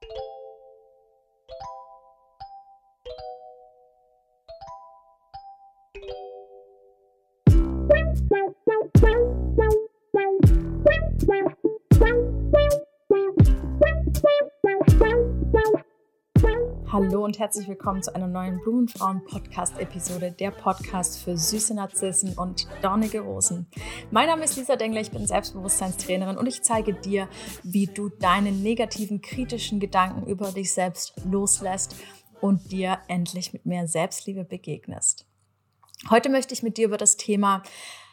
Hallo und herzlich willkommen zu einer neuen Blumenfrauen-Podcast-Episode, der Podcast für süße Narzissen und dornige Rosen. Mein Name ist Lisa Dengler, ich bin Selbstbewusstseinstrainerin und ich zeige dir, wie du deine negativen, kritischen Gedanken über dich selbst loslässt und dir endlich mit mehr Selbstliebe begegnest. Heute möchte ich mit dir über das Thema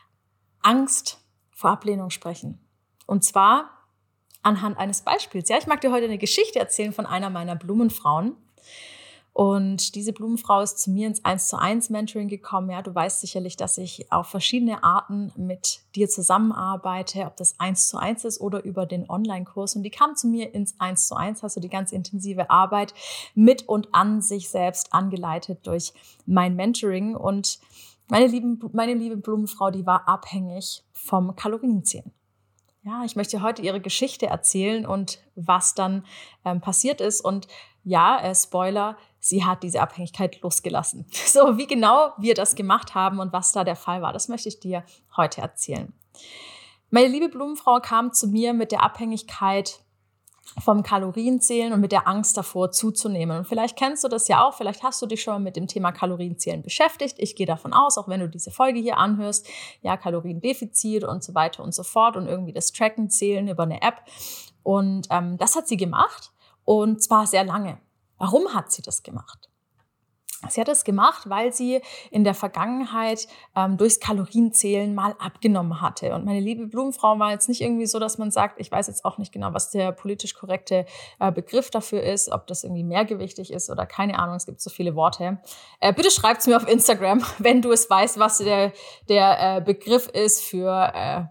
Angst vor Ablehnung sprechen. Und zwar anhand eines Beispiels. Ja, ich mag dir heute eine Geschichte erzählen von einer meiner Blumenfrauen. Und diese Blumenfrau ist zu mir ins 1:1 Mentoring gekommen. Ja, du weißt sicherlich, dass ich auf verschiedene Arten mit dir zusammenarbeite, ob das 1:1 ist oder über den Online-Kurs. Und die kam zu mir ins 1:1, also die ganz intensive Arbeit mit und an sich selbst angeleitet durch mein Mentoring. Und meine liebe Blumenfrau, die war abhängig vom Kalorienzählen. Ja, ich möchte heute ihre Geschichte erzählen und was dann passiert ist. Und ja, Spoiler, sie hat diese Abhängigkeit losgelassen. So, wie genau wir das gemacht haben und was da der Fall war, das möchte ich dir heute erzählen. Meine liebe Blumenfrau kam zu mir mit der Abhängigkeit vom Kalorienzählen und mit der Angst davor zuzunehmen. Und vielleicht kennst du das ja auch, vielleicht hast du dich schon mal mit dem Thema Kalorienzählen beschäftigt. Ich gehe davon aus, auch wenn du diese Folge hier anhörst, ja, Kaloriendefizit und so weiter und so fort und irgendwie das Tracken, Zählen über eine App. Und das hat sie gemacht und zwar sehr lange. Warum hat sie das gemacht? Sie hat es gemacht, weil sie in der Vergangenheit durchs Kalorienzählen mal abgenommen hatte. Und meine liebe Blumenfrau war jetzt nicht irgendwie so, dass man sagt, ich weiß jetzt auch nicht genau, was der politisch korrekte Begriff dafür ist, ob das irgendwie mehrgewichtig ist oder keine Ahnung, es gibt so viele Worte. Bitte schreibt es mir auf Instagram, wenn du es weißt, was der Begriff ist für,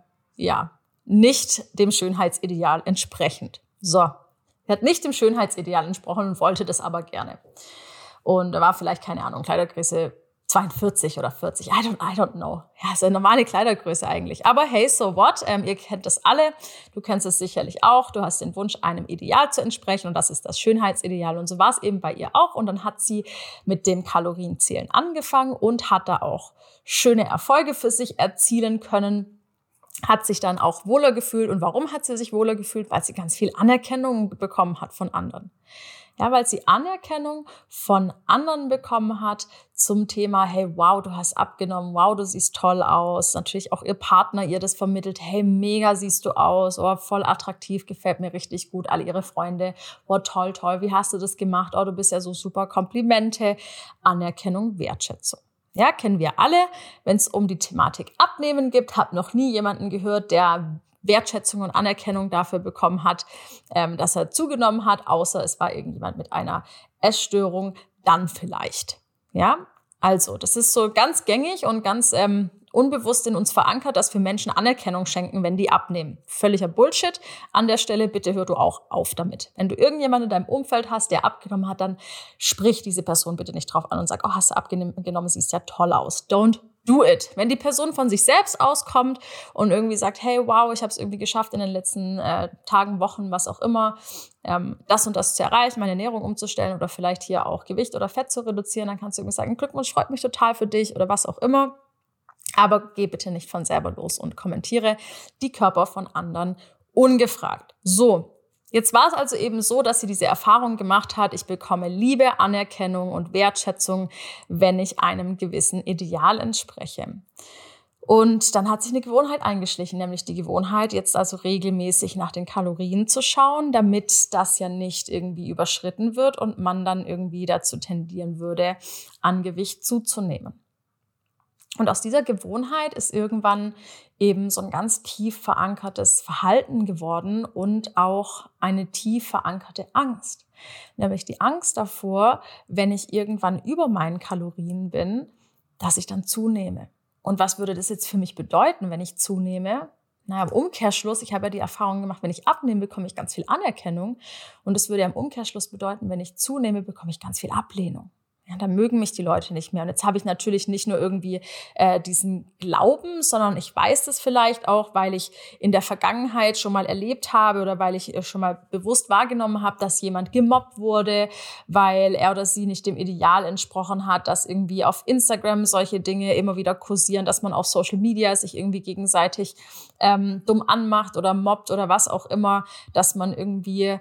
nicht dem Schönheitsideal entsprechend. So, sie hat nicht dem Schönheitsideal entsprochen und wollte das aber gerne. Und da war vielleicht, keine Ahnung, Kleidergröße 42 oder 40. I don't know. Ja, ist eine normale Kleidergröße eigentlich. Aber hey, so what? Ihr kennt das alle. Du kennst es sicherlich auch. Du hast den Wunsch, einem Ideal zu entsprechen. Und das ist das Schönheitsideal. Und so war es eben bei ihr auch. Und dann hat sie mit dem Kalorienzählen angefangen und hat da auch schöne Erfolge für sich erzielen können. Hat sich dann auch wohler gefühlt. Und warum hat sie sich wohler gefühlt? Weil sie ganz viel Anerkennung bekommen hat von anderen. Ja, weil sie Anerkennung von anderen bekommen hat zum Thema, hey, wow, du hast abgenommen, wow, du siehst toll aus. Natürlich auch ihr Partner ihr das vermittelt, hey, mega siehst du aus, oh, voll attraktiv, gefällt mir richtig gut. Alle ihre Freunde, oh, toll, wie hast du das gemacht? Oh, du bist ja so super, Komplimente, Anerkennung, Wertschätzung. Ja, kennen wir alle, wenn es um die Thematik Abnehmen geht. Habe noch nie jemanden gehört, der Wertschätzung und Anerkennung dafür bekommen hat, dass er zugenommen hat, außer es war irgendjemand mit einer Essstörung, dann vielleicht. Ja, also das ist so ganz gängig und ganz unbewusst in uns verankert, dass wir Menschen Anerkennung schenken, wenn die abnehmen. Völliger Bullshit. An der Stelle bitte hör du auch auf damit. Wenn du irgendjemanden in deinem Umfeld hast, der abgenommen hat, dann sprich diese Person bitte nicht drauf an und sag, oh, hast du abgenommen, siehst ja toll aus. Don't do it. Wenn die Person von sich selbst auskommt und irgendwie sagt, hey, wow, ich habe es irgendwie geschafft in den letzten Tagen, Wochen, was auch immer, das und das zu erreichen, meine Ernährung umzustellen oder vielleicht hier auch Gewicht oder Fett zu reduzieren, dann kannst du irgendwie sagen, Glückwunsch, freut mich total für dich oder was auch immer. Aber geh bitte nicht von selber los und kommentiere die Körper von anderen ungefragt. So, jetzt war es also eben so, dass sie diese Erfahrung gemacht hat, ich bekomme Liebe, Anerkennung und Wertschätzung, wenn ich einem gewissen Ideal entspreche. Und dann hat sich eine Gewohnheit eingeschlichen, nämlich die Gewohnheit, jetzt also regelmäßig nach den Kalorien zu schauen, damit das ja nicht irgendwie überschritten wird und man dann irgendwie dazu tendieren würde, an Gewicht zuzunehmen. Und aus dieser Gewohnheit ist irgendwann eben so ein ganz tief verankertes Verhalten geworden und auch eine tief verankerte Angst. Nämlich die Angst davor, wenn ich irgendwann über meinen Kalorien bin, dass ich dann zunehme. Und was würde das jetzt für mich bedeuten, wenn ich zunehme? Naja, im Umkehrschluss, ich habe ja die Erfahrung gemacht, wenn ich abnehme, bekomme ich ganz viel Anerkennung. Und das würde ja im Umkehrschluss bedeuten, wenn ich zunehme, bekomme ich ganz viel Ablehnung. ja, dann mögen mich die Leute nicht mehr. Und jetzt habe ich natürlich nicht nur irgendwie diesen Glauben, sondern ich weiß das vielleicht auch, weil ich in der Vergangenheit schon mal erlebt habe oder weil ich schon mal bewusst wahrgenommen habe, dass jemand gemobbt wurde, weil er oder sie nicht dem Ideal entsprochen hat, dass irgendwie auf Instagram solche Dinge immer wieder kursieren, dass man auf Social Media sich irgendwie gegenseitig dumm anmacht oder mobbt oder was auch immer, dass man irgendwie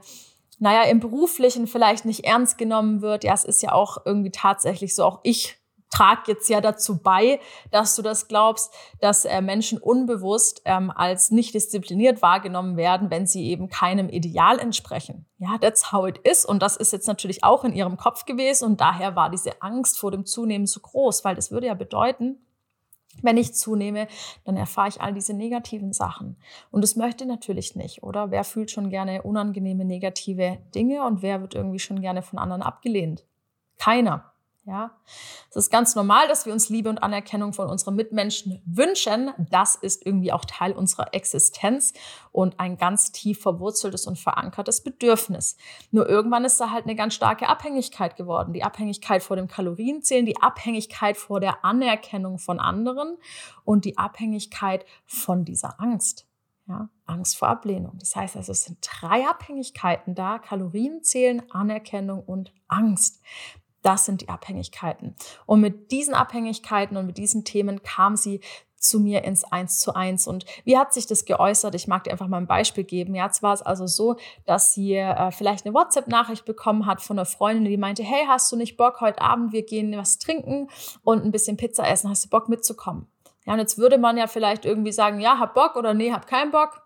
im Beruflichen vielleicht nicht ernst genommen wird. Ja, es ist ja auch irgendwie tatsächlich so, auch ich trage jetzt ja dazu bei, dass du das glaubst, dass Menschen unbewusst als nicht diszipliniert wahrgenommen werden, wenn sie eben keinem Ideal entsprechen. Ja, that's how it is. Und das ist jetzt natürlich auch in ihrem Kopf gewesen. Und daher war diese Angst vor dem Zunehmen so groß, weil das würde ja bedeuten, wenn ich zunehme, dann erfahre ich all diese negativen Sachen. Und das möchte ich natürlich nicht, oder? Wer fühlt schon gerne unangenehme, negative Dinge und wer wird irgendwie schon gerne von anderen abgelehnt? Keiner. Ja, es ist ganz normal, dass wir uns Liebe und Anerkennung von unseren Mitmenschen wünschen. Das ist irgendwie auch Teil unserer Existenz und ein ganz tief verwurzeltes und verankertes Bedürfnis. Nur irgendwann ist da halt eine ganz starke Abhängigkeit geworden. Die Abhängigkeit vor dem Kalorienzählen, die Abhängigkeit vor der Anerkennung von anderen und die Abhängigkeit von dieser Angst. Ja, Angst vor Ablehnung. Das heißt also, es sind 3 Abhängigkeiten da: Kalorienzählen, Anerkennung und Angst. Das sind die Abhängigkeiten. Und mit diesen Abhängigkeiten und mit diesen Themen kam sie zu mir ins 1:1. Und wie hat sich das geäußert? Ich mag dir einfach mal ein Beispiel geben. Ja, jetzt war es also so, dass sie vielleicht eine WhatsApp-Nachricht bekommen hat von einer Freundin, die meinte, hey, hast du nicht Bock, heute Abend, wir gehen was trinken und ein bisschen Pizza essen, hast du Bock mitzukommen? Ja, und jetzt würde man ja vielleicht irgendwie sagen, ja, hab Bock oder nee, hab keinen Bock.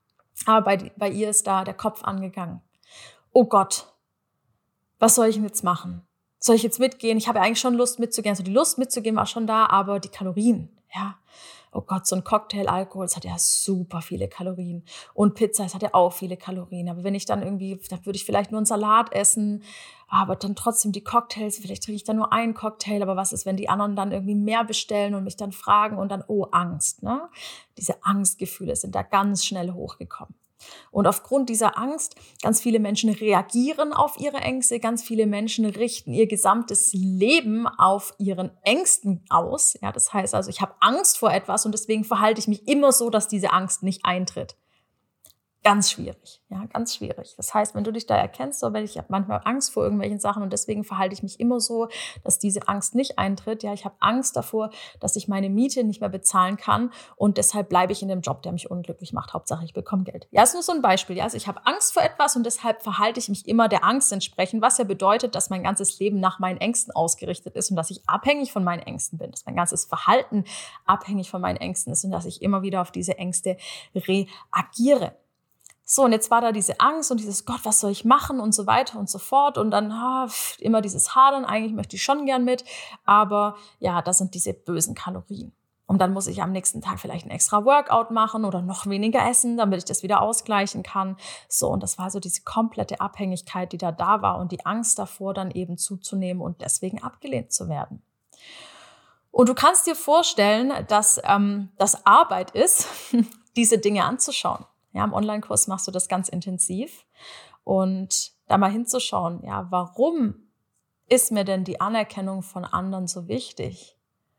Aber bei ihr ist da der Kopf angegangen. Oh Gott, was soll ich denn jetzt machen? Soll ich jetzt mitgehen? Ich habe ja eigentlich schon Lust mitzugehen. Also die Lust mitzugehen war schon da, aber die Kalorien, ja. Oh Gott, so ein Cocktail Alkohol, das hat ja super viele Kalorien. Und Pizza, das hat ja auch viele Kalorien. Aber wenn ich dann irgendwie, dann würde ich vielleicht nur einen Salat essen, aber dann trotzdem die Cocktails, vielleicht trinke ich dann nur einen Cocktail. Aber was ist, wenn die anderen dann irgendwie mehr bestellen und mich dann fragen und dann, oh, Angst, ne? Diese Angstgefühle sind da ganz schnell hochgekommen. Und aufgrund dieser Angst, ganz viele Menschen reagieren auf ihre Ängste, ganz viele Menschen richten ihr gesamtes Leben auf ihren Ängsten aus. Ja, das heißt also, ich habe Angst vor etwas und deswegen verhalte ich mich immer so, dass diese Angst nicht eintritt. Ganz schwierig, ja, ganz schwierig. Das heißt, wenn du dich da erkennst, so, ich habe manchmal Angst vor irgendwelchen Sachen und deswegen verhalte ich mich immer so, dass diese Angst nicht eintritt. Ja, ich habe Angst davor, dass ich meine Miete nicht mehr bezahlen kann und deshalb bleibe ich in dem Job, der mich unglücklich macht. Hauptsache, ich bekomme Geld. Ja, ist nur so ein Beispiel. Ja, also ich habe Angst vor etwas und deshalb verhalte ich mich immer der Angst entsprechend, was ja bedeutet, dass mein ganzes Leben nach meinen Ängsten ausgerichtet ist und dass ich abhängig von meinen Ängsten bin, dass mein ganzes Verhalten abhängig von meinen Ängsten ist und dass ich immer wieder auf diese Ängste reagiere. So, und jetzt war da diese Angst und dieses Gott, was soll ich machen und so weiter und so fort. Und dann immer dieses Hadern, eigentlich möchte ich schon gern mit, aber ja, das sind diese bösen Kalorien. Und dann muss ich am nächsten Tag vielleicht ein extra Workout machen oder noch weniger essen, damit ich das wieder ausgleichen kann. So, und das war so diese komplette Abhängigkeit, die da war und die Angst davor, dann eben zuzunehmen und deswegen abgelehnt zu werden. Und du kannst dir vorstellen, dass das Arbeit ist, diese Dinge anzuschauen. Ja, im Online-Kurs machst du das ganz intensiv und da mal hinzuschauen, ja, warum ist mir denn die Anerkennung von anderen so wichtig?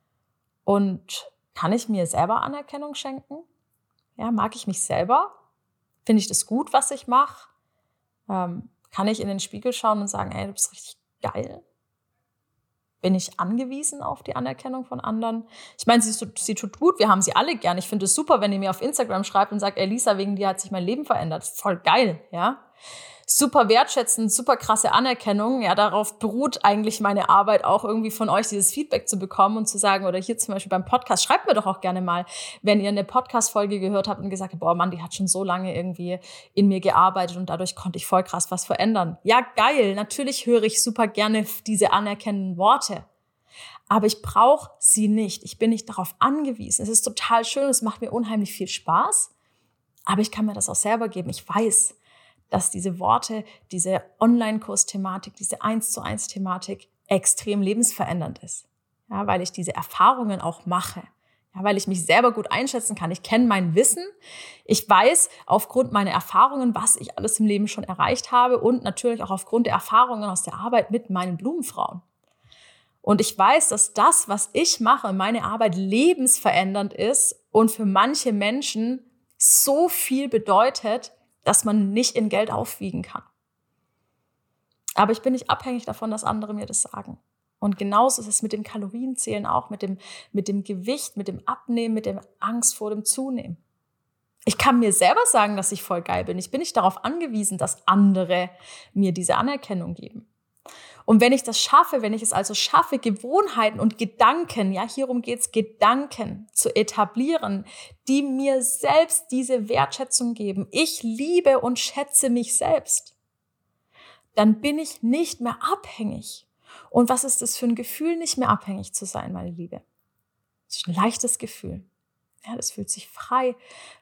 Und kann ich mir selber Anerkennung schenken? Ja, mag ich mich selber? Finde ich das gut, was ich mache? Kann ich in den Spiegel schauen und sagen, ey, du bist richtig geil? Bin ich angewiesen auf die Anerkennung von anderen? Ich meine, sie tut gut, wir haben sie alle gern. Ich finde es super, wenn ihr mir auf Instagram schreibt und sagt, ey Lisa, wegen dir hat sich mein Leben verändert. Voll geil, ja. Super wertschätzend, super krasse Anerkennung. Ja, darauf beruht eigentlich meine Arbeit auch irgendwie von euch, dieses Feedback zu bekommen und zu sagen, oder hier zum Beispiel beim Podcast, schreibt mir doch auch gerne mal, wenn ihr eine Podcast-Folge gehört habt und gesagt habt, boah Mann, die hat schon so lange irgendwie in mir gearbeitet und dadurch konnte ich voll krass was verändern. Ja, geil, natürlich höre ich super gerne diese anerkennenden Worte. Aber ich brauche sie nicht. Ich bin nicht darauf angewiesen. Es ist total schön, es macht mir unheimlich viel Spaß, aber ich kann mir das auch selber geben. Ich weiß, dass diese Worte, diese Online-Kurs-Thematik, diese 1:1-Thematik extrem lebensverändernd ist. Ja, weil ich diese Erfahrungen auch mache. Ja, weil ich mich selber gut einschätzen kann. Ich kenne mein Wissen. Ich weiß aufgrund meiner Erfahrungen, was ich alles im Leben schon erreicht habe und natürlich auch aufgrund der Erfahrungen aus der Arbeit mit meinen Blumenfrauen. Und ich weiß, dass das, was ich mache, meine Arbeit lebensverändernd ist und für manche Menschen so viel bedeutet, dass man nicht in Geld aufwiegen kann. Aber ich bin nicht abhängig davon, dass andere mir das sagen. Und genauso ist es mit dem Kalorienzählen auch, mit dem Gewicht, mit dem Abnehmen, mit der Angst vor dem Zunehmen. Ich kann mir selber sagen, dass ich voll geil bin. Ich bin nicht darauf angewiesen, dass andere mir diese Anerkennung geben. Und wenn ich das schaffe, wenn ich es also schaffe, Gewohnheiten und Gedanken, ja, hierum geht's, Gedanken zu etablieren, die mir selbst diese Wertschätzung geben. Ich liebe und schätze mich selbst. Dann bin ich nicht mehr abhängig. Und was ist das für ein Gefühl, nicht mehr abhängig zu sein, meine Liebe? Das ist ein leichtes Gefühl. Ja, das fühlt sich frei,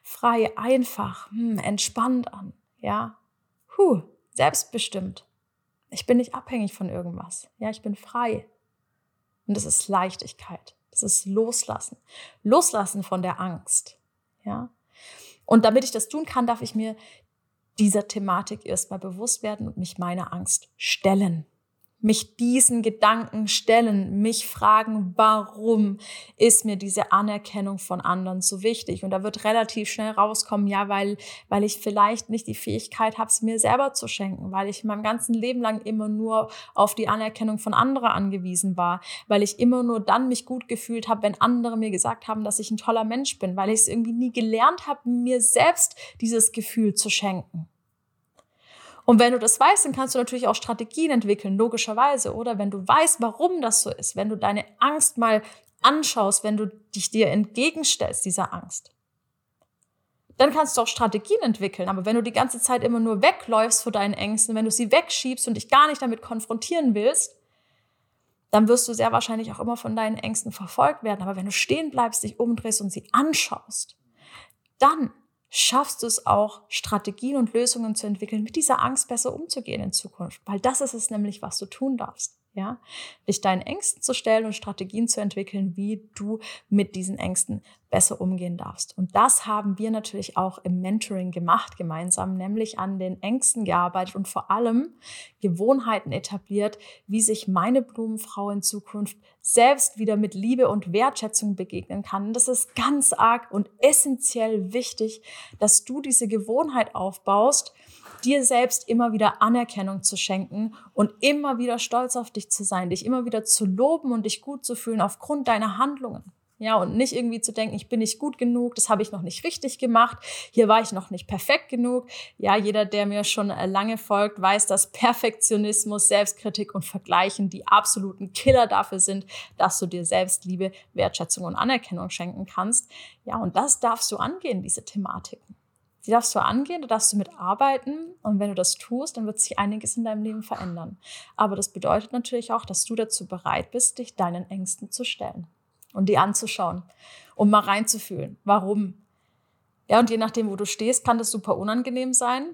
einfach, entspannt an. Ja, selbstbestimmt. Ich bin nicht abhängig von irgendwas. Ja, ich bin frei. Und das ist Leichtigkeit. Das ist Loslassen. Loslassen von der Angst. Ja. Und damit ich das tun kann, darf ich mir dieser Thematik erstmal bewusst werden und mich meiner Angst stellen. Mich diesen Gedanken stellen, mich fragen, warum ist mir diese Anerkennung von anderen so wichtig? Und da wird relativ schnell rauskommen, ja, weil ich vielleicht nicht die Fähigkeit habe, sie mir selber zu schenken, weil ich mein ganzen Leben lang immer nur auf die Anerkennung von anderen angewiesen war, weil ich immer nur dann mich gut gefühlt habe, wenn andere mir gesagt haben, dass ich ein toller Mensch bin, weil ich es irgendwie nie gelernt habe, mir selbst dieses Gefühl zu schenken. Und wenn du das weißt, dann kannst du natürlich auch Strategien entwickeln, logischerweise, oder? Wenn du weißt, warum das so ist, wenn du deine Angst mal anschaust, wenn du dich dir entgegenstellst, dieser Angst, dann kannst du auch Strategien entwickeln. Aber wenn du die ganze Zeit immer nur wegläufst vor deinen Ängsten, wenn du sie wegschiebst und dich gar nicht damit konfrontieren willst, dann wirst du sehr wahrscheinlich auch immer von deinen Ängsten verfolgt werden. Aber wenn du stehen bleibst, dich umdrehst und sie anschaust, dann schaffst du es auch, Strategien und Lösungen zu entwickeln, mit dieser Angst besser umzugehen in Zukunft. Weil das ist es nämlich, was du tun darfst. Ja? Dich deinen Ängsten zu stellen und Strategien zu entwickeln, wie du mit diesen Ängsten besser umgehen darfst. Und das haben wir natürlich auch im Mentoring gemacht gemeinsam, nämlich an den Ängsten gearbeitet und vor allem Gewohnheiten etabliert, wie sich meine Blumenfrau in Zukunft selbst wieder mit Liebe und Wertschätzung begegnen kann. Und das ist ganz arg und essentiell wichtig, dass du diese Gewohnheit aufbaust, dir selbst immer wieder Anerkennung zu schenken und immer wieder stolz auf dich zu sein, dich immer wieder zu loben und dich gut zu fühlen aufgrund deiner Handlungen. Ja, und nicht irgendwie zu denken, ich bin nicht gut genug, das habe ich noch nicht richtig gemacht, hier war ich noch nicht perfekt genug. Ja, jeder, der mir schon lange folgt, weiß, dass Perfektionismus, Selbstkritik und Vergleichen die absoluten Killer dafür sind, dass du dir selbst Liebe, Wertschätzung und Anerkennung schenken kannst. Ja, und das darfst du angehen, diese Thematiken. Die darfst du angehen, da darfst du mit arbeiten und wenn du das tust, dann wird sich einiges in deinem Leben verändern. Aber das bedeutet natürlich auch, dass du dazu bereit bist, dich deinen Ängsten zu stellen und die anzuschauen, um mal reinzufühlen. Warum? Ja, und je nachdem, wo du stehst, kann das super unangenehm sein,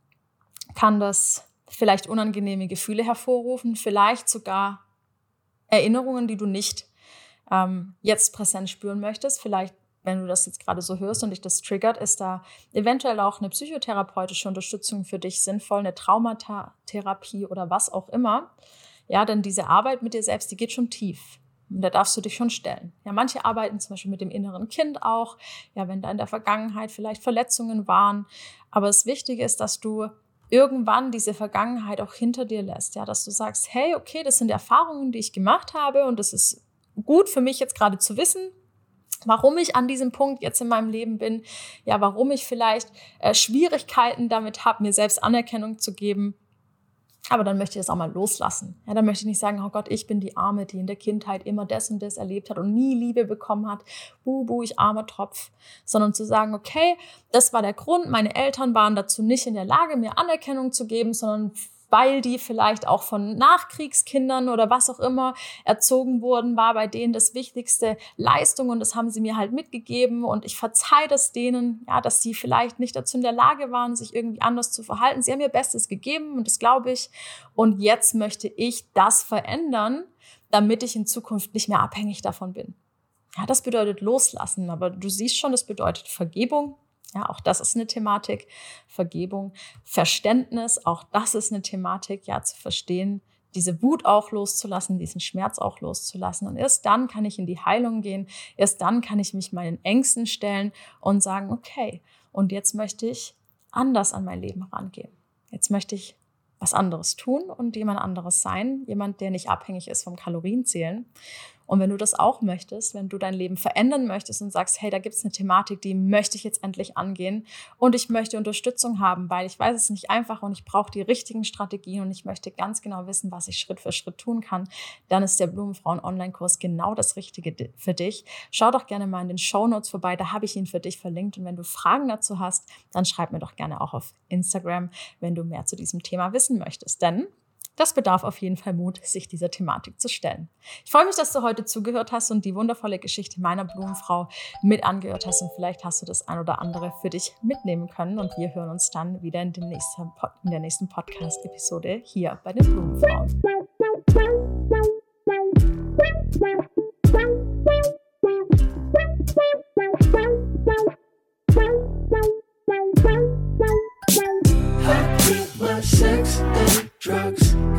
kann das vielleicht unangenehme Gefühle hervorrufen, vielleicht sogar Erinnerungen, die du nicht jetzt präsent spüren möchtest, vielleicht wenn du das jetzt gerade so hörst und dich das triggert, ist da eventuell auch eine psychotherapeutische Unterstützung für dich sinnvoll, eine Traumatherapie oder was auch immer. Ja, denn diese Arbeit mit dir selbst, die geht schon tief. Und da darfst du dich schon stellen. Ja, manche arbeiten zum Beispiel mit dem inneren Kind auch. Ja, wenn da in der Vergangenheit vielleicht Verletzungen waren. Aber das Wichtige ist, dass du irgendwann diese Vergangenheit auch hinter dir lässt. Ja, dass du sagst, hey, okay, das sind Erfahrungen, die ich gemacht habe und das ist gut für mich jetzt gerade zu wissen, warum ich an diesem Punkt jetzt in meinem Leben bin, ja, warum ich vielleicht Schwierigkeiten damit habe, mir selbst Anerkennung zu geben. Aber dann möchte ich das auch mal loslassen. Ja, dann möchte ich nicht sagen, oh Gott, ich bin die Arme, die in der Kindheit immer das und das erlebt hat und nie Liebe bekommen hat. Ich armer Tropf. Sondern zu sagen, okay, das war der Grund, meine Eltern waren dazu nicht in der Lage, mir Anerkennung zu geben, sondern weil die vielleicht auch von Nachkriegskindern oder was auch immer erzogen wurden, war bei denen das wichtigste Leistung und das haben sie mir halt mitgegeben und ich verzeihe das denen, ja, dass sie vielleicht nicht dazu in der Lage waren, sich irgendwie anders zu verhalten. Sie haben ihr Bestes gegeben und das glaube ich und jetzt möchte ich das verändern, damit ich in Zukunft nicht mehr abhängig davon bin. Ja, das bedeutet loslassen, aber du siehst schon, das bedeutet Vergebung. Ja, auch das ist eine Thematik, Vergebung, Verständnis, auch das ist eine Thematik, ja, zu verstehen, diese Wut auch loszulassen, diesen Schmerz auch loszulassen. Und erst dann kann ich in die Heilung gehen. Erst dann kann ich mich meinen Ängsten stellen und sagen, okay, und jetzt möchte ich anders an mein Leben rangehen. Jetzt möchte ich was anderes tun und jemand anderes sein. Jemand, der nicht abhängig ist vom Kalorienzählen. Und wenn du das auch möchtest, wenn du dein Leben verändern möchtest und sagst, hey, da gibt es eine Thematik, die möchte ich jetzt endlich angehen und ich möchte Unterstützung haben, weil ich weiß es nicht einfach und ich brauche die richtigen Strategien und ich möchte ganz genau wissen, was ich Schritt für Schritt tun kann, dann ist der Blumenfrauen-Online-Kurs genau das Richtige für dich. Schau doch gerne mal in den Shownotes vorbei, da habe ich ihn für dich verlinkt. Und wenn du Fragen dazu hast, dann schreib mir doch gerne auch auf Instagram, wenn du mehr zu diesem Thema wissen möchtest. Denn das bedarf auf jeden Fall Mut, sich dieser Thematik zu stellen. Ich freue mich, dass du heute zugehört hast und die wundervolle Geschichte meiner Blumenfrau mit angehört hast. Und vielleicht hast du das ein oder andere für dich mitnehmen können. Und wir hören uns dann wieder in der nächsten Podcast-Episode hier bei den Blumenfrauen. Sex and drugs.